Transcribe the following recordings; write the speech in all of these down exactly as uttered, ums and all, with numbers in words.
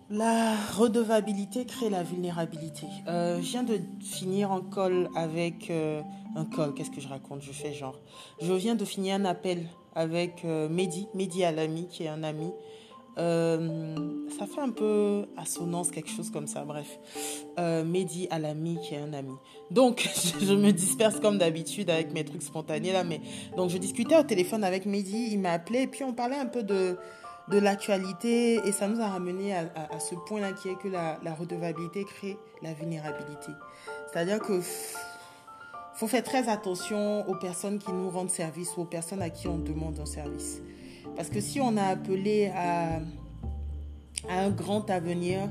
La redevabilité crée la vulnérabilité. Euh, je viens de finir un call avec... euh, un call, qu'est-ce que je raconte? Je fais genre. Je viens de finir un appel avec euh, Mehdi, Mehdi Alami, qui est un ami. Euh, ça fait un peu assonance, quelque chose comme ça, bref. Euh, Mehdi Alami, qui est un ami. Donc, je me disperse comme d'habitude avec mes trucs spontanés là, mais... Donc, je discutais au téléphone avec Mehdi, il m'a appelé, et puis on parlait un peu de de l'actualité et ça nous a ramené à, à, à ce point-là qui est que la, la redevabilité crée la vulnérabilité. C'est-à-dire que f- faut faire très attention aux personnes qui nous rendent service ou aux personnes à qui on demande un service. Parce que si on a appelé à, à un grand avenir,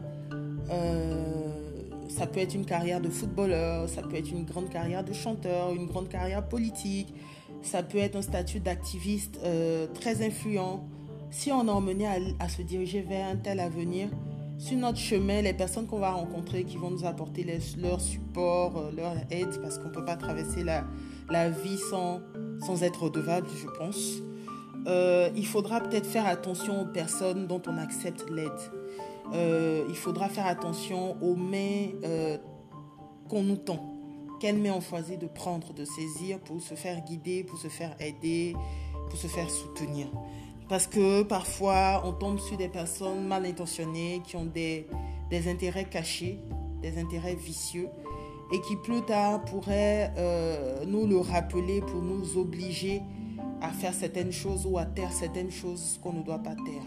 euh, ça peut être une carrière de footballeur, ça peut être une grande carrière de chanteur, une grande carrière politique, ça peut être un statut d'activiste euh, très influent. Si on est emmené à, à se diriger vers un tel avenir, sur notre chemin, les personnes qu'on va rencontrer qui vont nous apporter les, leur support, euh, leur aide, parce qu'on ne peut pas traverser la, la vie sans, sans être redevable, je pense. Euh, il faudra peut-être faire attention aux personnes dont on accepte l'aide. Euh, il faudra faire attention aux mains euh, qu'on nous tend. Quelles mains on choisit de prendre, de saisir pour se faire guider, pour se faire aider, pour se faire soutenir. Parce que parfois, on tombe sur des personnes mal intentionnées qui ont des, des intérêts cachés, des intérêts vicieux, et qui plus tard pourraient euh, nous le rappeler pour nous obliger à faire certaines choses ou à taire certaines choses qu'on ne doit pas taire.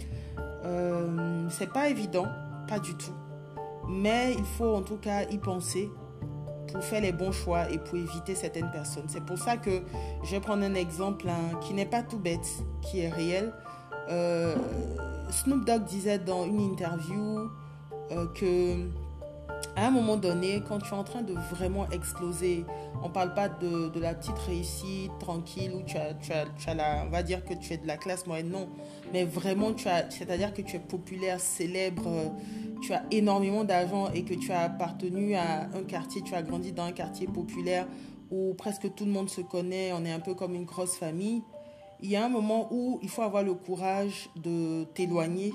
Euh, c'est pas évident, pas du tout. Mais il faut en tout cas y penser pour faire les bons choix et pour éviter certaines personnes. C'est pour ça que je vais prendre un exemple hein, qui n'est pas tout bête, qui est réel. Euh, Snoop Dogg disait dans une interview euh, que à un moment donné, quand tu es en train de vraiment exploser, on ne parle pas de, de la petite réussite tranquille où tu as, tu as, tu as la, on va dire que tu es de la classe moyenne, non. Mais vraiment, tu as, c'est-à-dire que tu es populaire, célèbre, tu as énormément d'argent et que tu as appartenu à un quartier, tu as grandi dans un quartier populaire où presque tout le monde se connaît, on est un peu comme une grosse famille. Il y a un moment où il faut avoir le courage de t'éloigner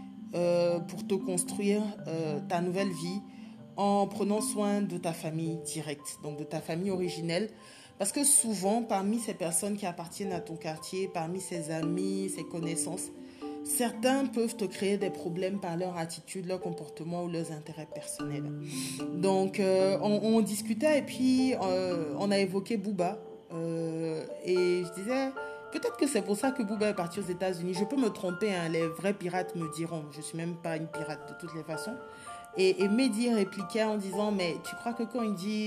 euh, pour te construire euh, ta nouvelle vie en prenant soin de ta famille directe, donc de ta famille originelle. Parce que souvent, parmi ces personnes qui appartiennent à ton quartier, parmi ses amis, ses connaissances, certains peuvent te créer des problèmes par leur attitude, leur comportement ou leurs intérêts personnels. Donc, euh, on, on discutait et puis euh, on a évoqué Booba. Euh, et je disais, peut-être que c'est pour ça que Booba est parti aux États-Unis. Je peux me tromper, hein, les vrais pirates me diront. Je ne suis même pas une pirate de toutes les façons. Et, et Mehdi répliquait en disant, mais tu crois que quand il dit,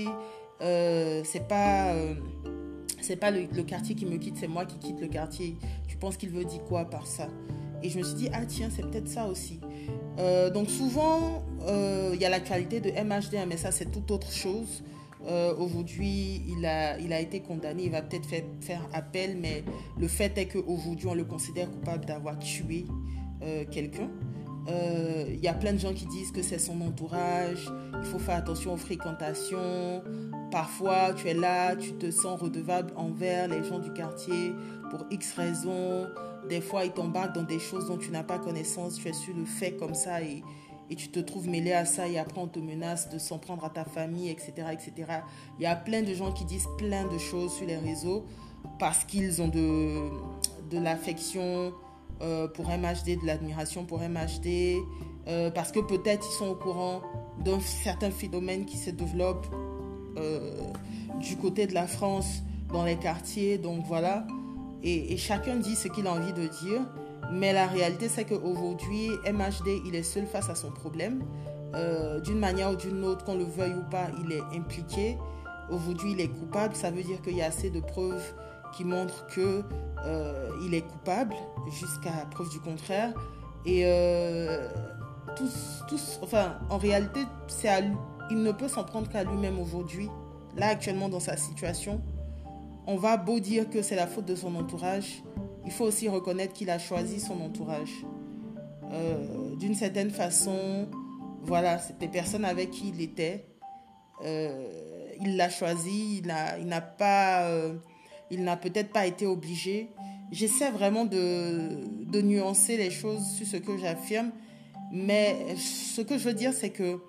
euh, c'est pas, euh, c'est pas le, le quartier qui me quitte, c'est moi qui quitte le quartier. Tu penses qu'il veut dire quoi par ça? Et je me suis dit, ah tiens, c'est peut-être ça aussi. Euh, donc souvent, euh, il y a l'actualité de M H D, hein, mais ça c'est toute autre chose. Euh, aujourd'hui, il a, il a été condamné, il va peut-être faire, faire appel, mais le fait est qu'aujourd'hui, on le considère coupable d'avoir tué euh, quelqu'un. Euh, Il y a plein de gens qui disent que c'est son entourage, il faut faire attention aux fréquentations. Parfois, tu es là, tu te sens redevable envers les gens du quartier pour X raisons. Des fois, ils t'embarquent dans des choses dont tu n'as pas connaissance, tu es sur le fait comme ça et, et tu te trouves mêlé à ça et après on te menace de s'en prendre à ta famille, et cetera, et cetera. Il y a plein de gens qui disent plein de choses sur les réseaux parce qu'ils ont de, de l'affection euh, pour M H D, de l'admiration pour M H D, euh, parce que peut-être ils sont au courant d'un certain phénomène qui se développe euh, du côté de la France dans les quartiers. Donc voilà. Et, et chacun dit ce qu'il a envie de dire. Mais la réalité, c'est qu'aujourd'hui, M H D, il est seul face à son problème. Euh, d'une manière ou d'une autre, qu'on le veuille ou pas, il est impliqué. Aujourd'hui, il est coupable. Ça veut dire qu'il y a assez de preuves qui montrent qu'il euh, est coupable, jusqu'à preuve du contraire. Et euh, tous, tous, enfin, en réalité, c'est à lui, il ne peut s'en prendre qu'à lui-même aujourd'hui. Là, actuellement, dans sa situation, on va beau dire que c'est la faute de son entourage, il faut aussi reconnaître qu'il a choisi son entourage. Euh, d'une certaine façon, voilà, c'est des personnes avec qui il était. Euh, il l'a choisi, il n'a, il n'a pas, euh, il n'a peut-être pas été obligé. J'essaie vraiment de, de nuancer les choses sur ce que j'affirme, Mais ce que je veux dire, c'est que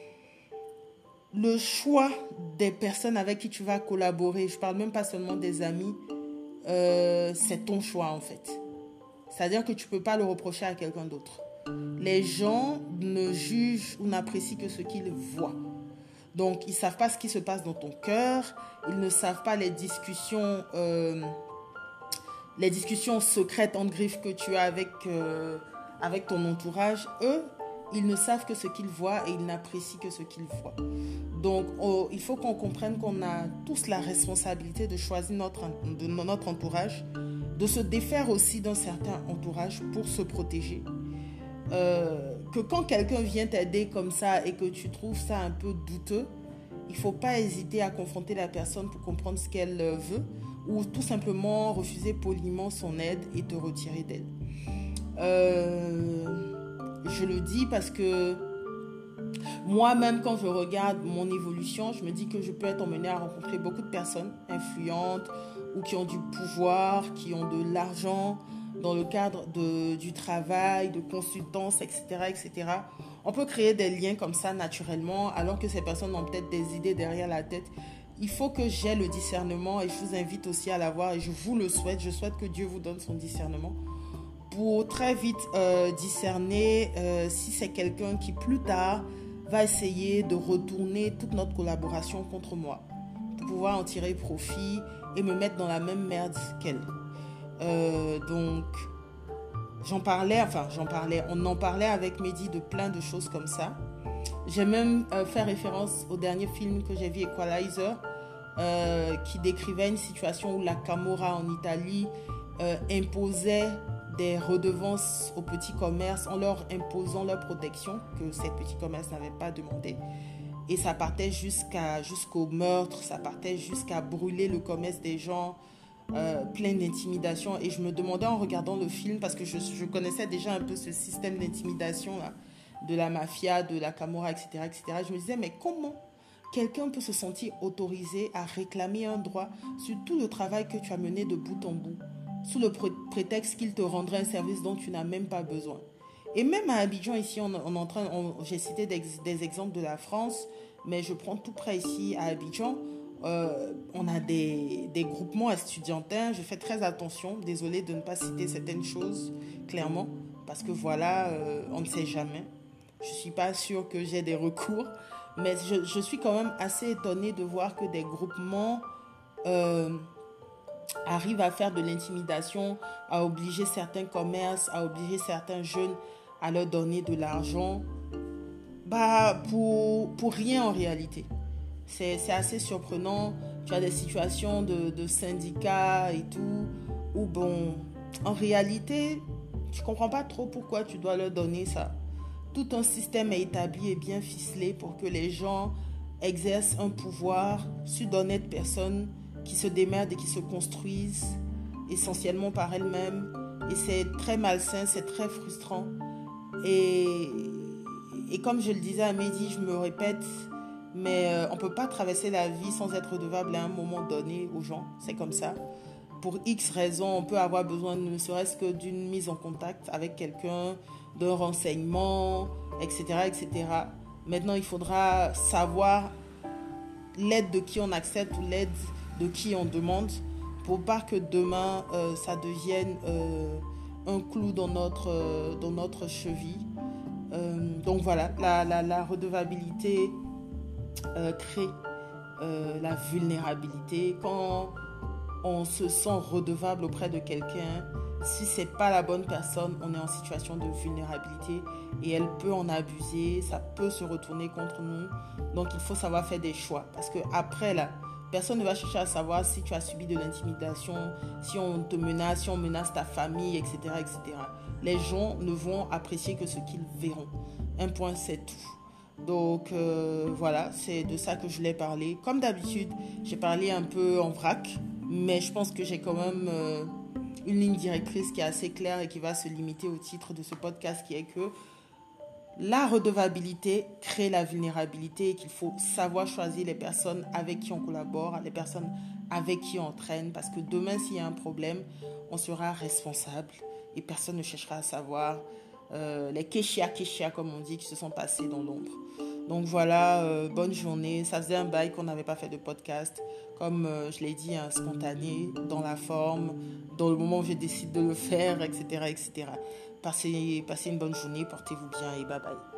le choix des personnes avec qui tu vas collaborer, je ne parle même pas seulement des amis, euh, c'est ton choix en fait. C'est-à-dire que tu ne peux pas le reprocher à quelqu'un d'autre. Les gens ne jugent ou n'apprécient que ce qu'ils voient. Donc, ils ne savent pas ce qui se passe dans ton cœur, ils ne savent pas les discussions, euh, les discussions secrètes en griffe que tu as avec, euh, avec ton entourage. Eux, ils ne savent que ce qu'ils voient et ils n'apprécient que ce qu'ils voient. Donc, oh, il faut qu'on comprenne qu'on a tous la responsabilité de choisir notre, de notre entourage, de se défaire aussi d'un certain entourage pour se protéger. Euh, que quand quelqu'un vient t'aider comme ça et que tu trouves ça un peu douteux, il ne faut pas hésiter à confronter la personne pour comprendre ce qu'elle veut ou tout simplement refuser poliment son aide et te retirer d'elle. Euh, je le dis parce que moi-même, quand je regarde mon évolution, je me dis que je peux être emmenée à rencontrer beaucoup de personnes influentes ou qui ont du pouvoir, qui ont de l'argent dans le cadre de, du travail, de consultance, et cetera, et cetera. On peut créer des liens comme ça naturellement, alors que ces personnes ont peut-être des idées derrière la tête. Il faut que j'aie le discernement et je vous invite aussi à l'avoir et je vous le souhaite. Je souhaite que Dieu vous donne son discernement pour très vite euh, discerner euh, si c'est quelqu'un qui plus tard va essayer de retourner toute notre collaboration contre moi pour pouvoir en tirer profit et me mettre dans la même merde qu'elle. Euh, donc, j'en parlais, enfin, j'en parlais, on en parlait avec Mehdi de plein de choses comme ça. J'ai même euh, fait référence au dernier film que j'ai vu, Equalizer, euh, qui décrivait une situation où la Camorra en Italie euh, imposait des redevances aux petits commerces en leur imposant leur protection que ces petits commerces n'avaient pas demandé. Et ça partait jusqu'à, jusqu'au meurtre, ça partait jusqu'à brûler le commerce des gens, euh, plein d'intimidation. Et je me demandais en regardant le film, parce que je, je connaissais déjà un peu ce système d'intimidation là, de la mafia, de la Camorra, et cetera, et cetera. Je me disais, mais comment quelqu'un peut se sentir autorisé à réclamer un droit sur tout le travail que tu as mené de bout en bout, sous le pré- prétexte qu'il te rendrait un service dont tu n'as même pas besoin. Et même à Abidjan, ici, on, on en train, on, j'ai cité des, des exemples de la France, mais je prends tout près ici, à Abidjan, euh, on a des, des groupements estudiantins. Je fais très attention, désolée de ne pas citer certaines choses clairement, parce que voilà, euh, on ne sait jamais. Je ne suis pas sûre que j'ai des recours, mais je, je suis quand même assez étonnée de voir que des groupements euh, arrivent à faire de l'intimidation, à obliger certains commerces, à obliger certains jeunes à leur donner de l'argent, bah, pour, pour rien en réalité. C'est, c'est assez surprenant. Tu as des situations de, de syndicats et tout, où bon, en réalité, tu ne comprends pas trop pourquoi tu dois leur donner ça. Tout un système est établi et bien ficelé pour que les gens exercent un pouvoir sur d'honnêtes personnes qui se démerdent et qui se construisent essentiellement par elles-mêmes. Et c'est très malsain, c'est très frustrant. Et, et comme je le disais à Mehdi, je me répète, mais euh, on ne peut pas traverser la vie sans être redevable à un moment donné aux gens. C'est comme ça. Pour X raisons, on peut avoir besoin ne serait-ce que d'une mise en contact avec quelqu'un, d'un renseignement, et cetera, et cetera. Maintenant, il faudra savoir l'aide de qui on accepte ou l'aide de qui on demande pour pas que demain, euh, ça devienne euh, un clou dans notre, euh, dans notre cheville. Euh, donc voilà, la, la, la redevabilité euh, crée euh, la vulnérabilité. Quand on se sent redevable auprès de quelqu'un, si c'est pas la bonne personne, on est en situation de vulnérabilité et elle peut en abuser, ça peut se retourner contre nous. Donc il faut savoir faire des choix, parce que après là, personne ne va chercher à savoir si tu as subi de l'intimidation, si on te menace, si on menace ta famille, et cetera, et cetera. Les gens ne vont apprécier que ce qu'ils verront. Un point, c'est tout. Donc euh, voilà, c'est de ça que je voulais parler. Comme d'habitude, j'ai parlé un peu en vrac, mais je pense que j'ai quand même euh, une ligne directrice qui est assez claire et qui va se limiter au titre de ce podcast, qui est que la redevabilité crée la vulnérabilité et qu'il faut savoir choisir les personnes avec qui on collabore, les personnes avec qui on traîne, parce que demain, s'il y a un problème, on sera responsable et personne ne cherchera à savoir euh, les kéchia kéchia comme on dit, qui se sont passés dans l'ombre. Donc voilà, euh, bonne journée. Ça faisait un bail qu'on n'avait pas fait de podcast. Comme euh, je l'ai dit, hein, spontané, dans la forme, dans le moment où je décide de le faire, et cetera, et cetera. Passez, passez une bonne journée, portez-vous bien et bye bye.